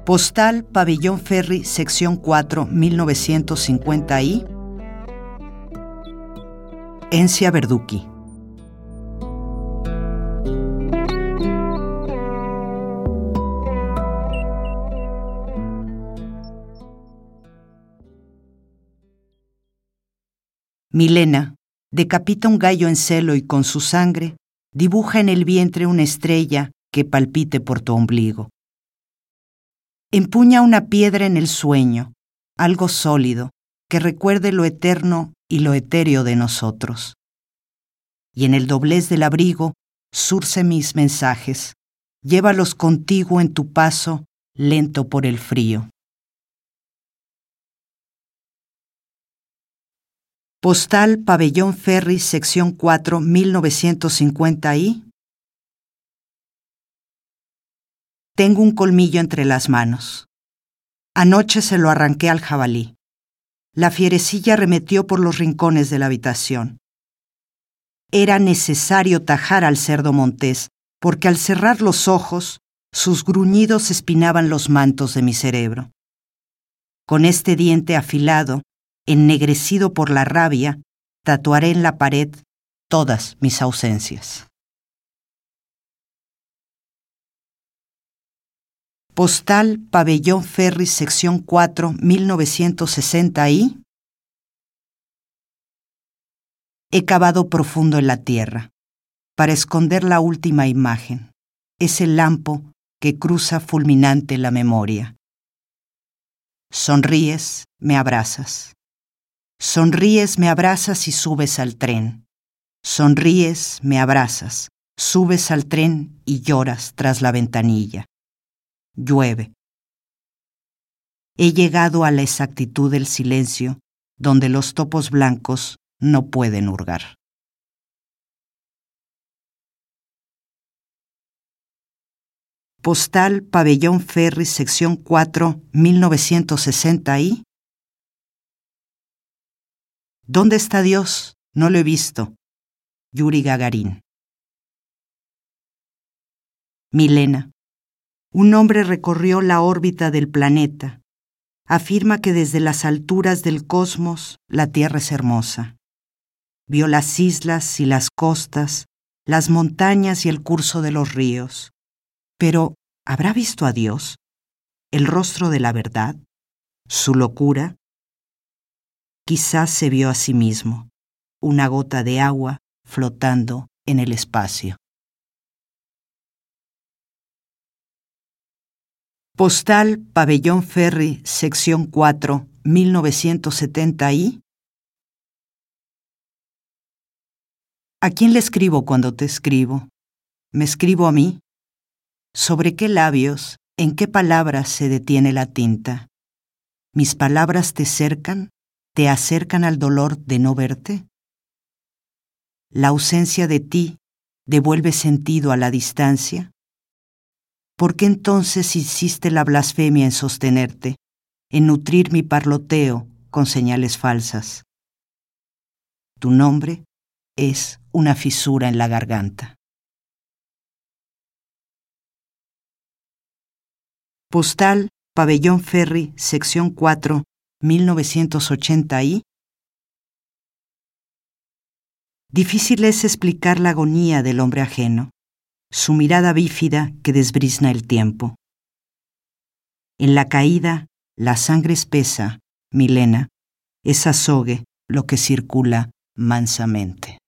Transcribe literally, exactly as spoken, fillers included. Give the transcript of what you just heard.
Postal Pabellón Ferry, sección cuatro, mil novecientos cincuenta y... Encia Verducci. Milena decapita un gallo en celo y con su sangre dibuja en el vientre una estrella que palpite por tu ombligo. Empuña una piedra en el sueño, algo sólido, que recuerde lo eterno y lo etéreo de nosotros. Y en el doblez del abrigo surce mis mensajes, llévalos contigo en tu paso lento por el frío. Postal Pabellón Ferry, sección cuatro, mil novecientos cincuenta y... Tengo un colmillo entre las manos. Anoche se lo arranqué al jabalí. La fierecilla arremetió por los rincones de la habitación. Era necesario tajar al cerdo montés, porque al cerrar los ojos, sus gruñidos espinaban los mantos de mi cerebro. Con este diente afilado, ennegrecido por la rabia, tatuaré en la pared todas mis ausencias. Postal Pabellón Ferry, sección cuatro, mil novecientos sesenta y... He cavado profundo en la tierra para esconder la última imagen, ese lampo que cruza fulminante la memoria. Sonríes, me abrazas. Sonríes, me abrazas y subes al tren. Sonríes, me abrazas, subes al tren y lloras tras la ventanilla. Llueve. He llegado a la exactitud del silencio, donde los topos blancos no pueden hurgar. Postal Pabellón Ferry, sección cuatro, mil novecientos sesenta y... ¿Dónde está Dios? No lo he visto. Yuri Gagarin. Milena. Un hombre recorrió la órbita del planeta. Afirma que desde las alturas del cosmos la Tierra es hermosa. Vio las islas y las costas, las montañas y el curso de los ríos. Pero, ¿habrá visto a Dios? ¿El rostro de la verdad? ¿Su locura? Quizás se vio a sí mismo, una gota de agua flotando en el espacio. Postal Pabellón Ferry, sección cuatro, mil novecientos setenta y... ¿A quién le escribo cuando te escribo? ¿Me escribo a mí? ¿Sobre qué labios, en qué palabras se detiene la tinta? ¿Mis palabras te cercan, te acercan al dolor de no verte? ¿La ausencia de ti devuelve sentido a la distancia? ¿Por qué entonces insiste la blasfemia en sostenerte, en nutrir mi parloteo con señales falsas? Tu nombre es una fisura en la garganta. Postal Pabellón Ferry, sección cuatro, mil novecientos ochenta y... Difícil es explicar la agonía del hombre ajeno, su mirada bífida que desbrizna el tiempo. En la caída, la sangre espesa, Milena, es azogue lo que circula mansamente.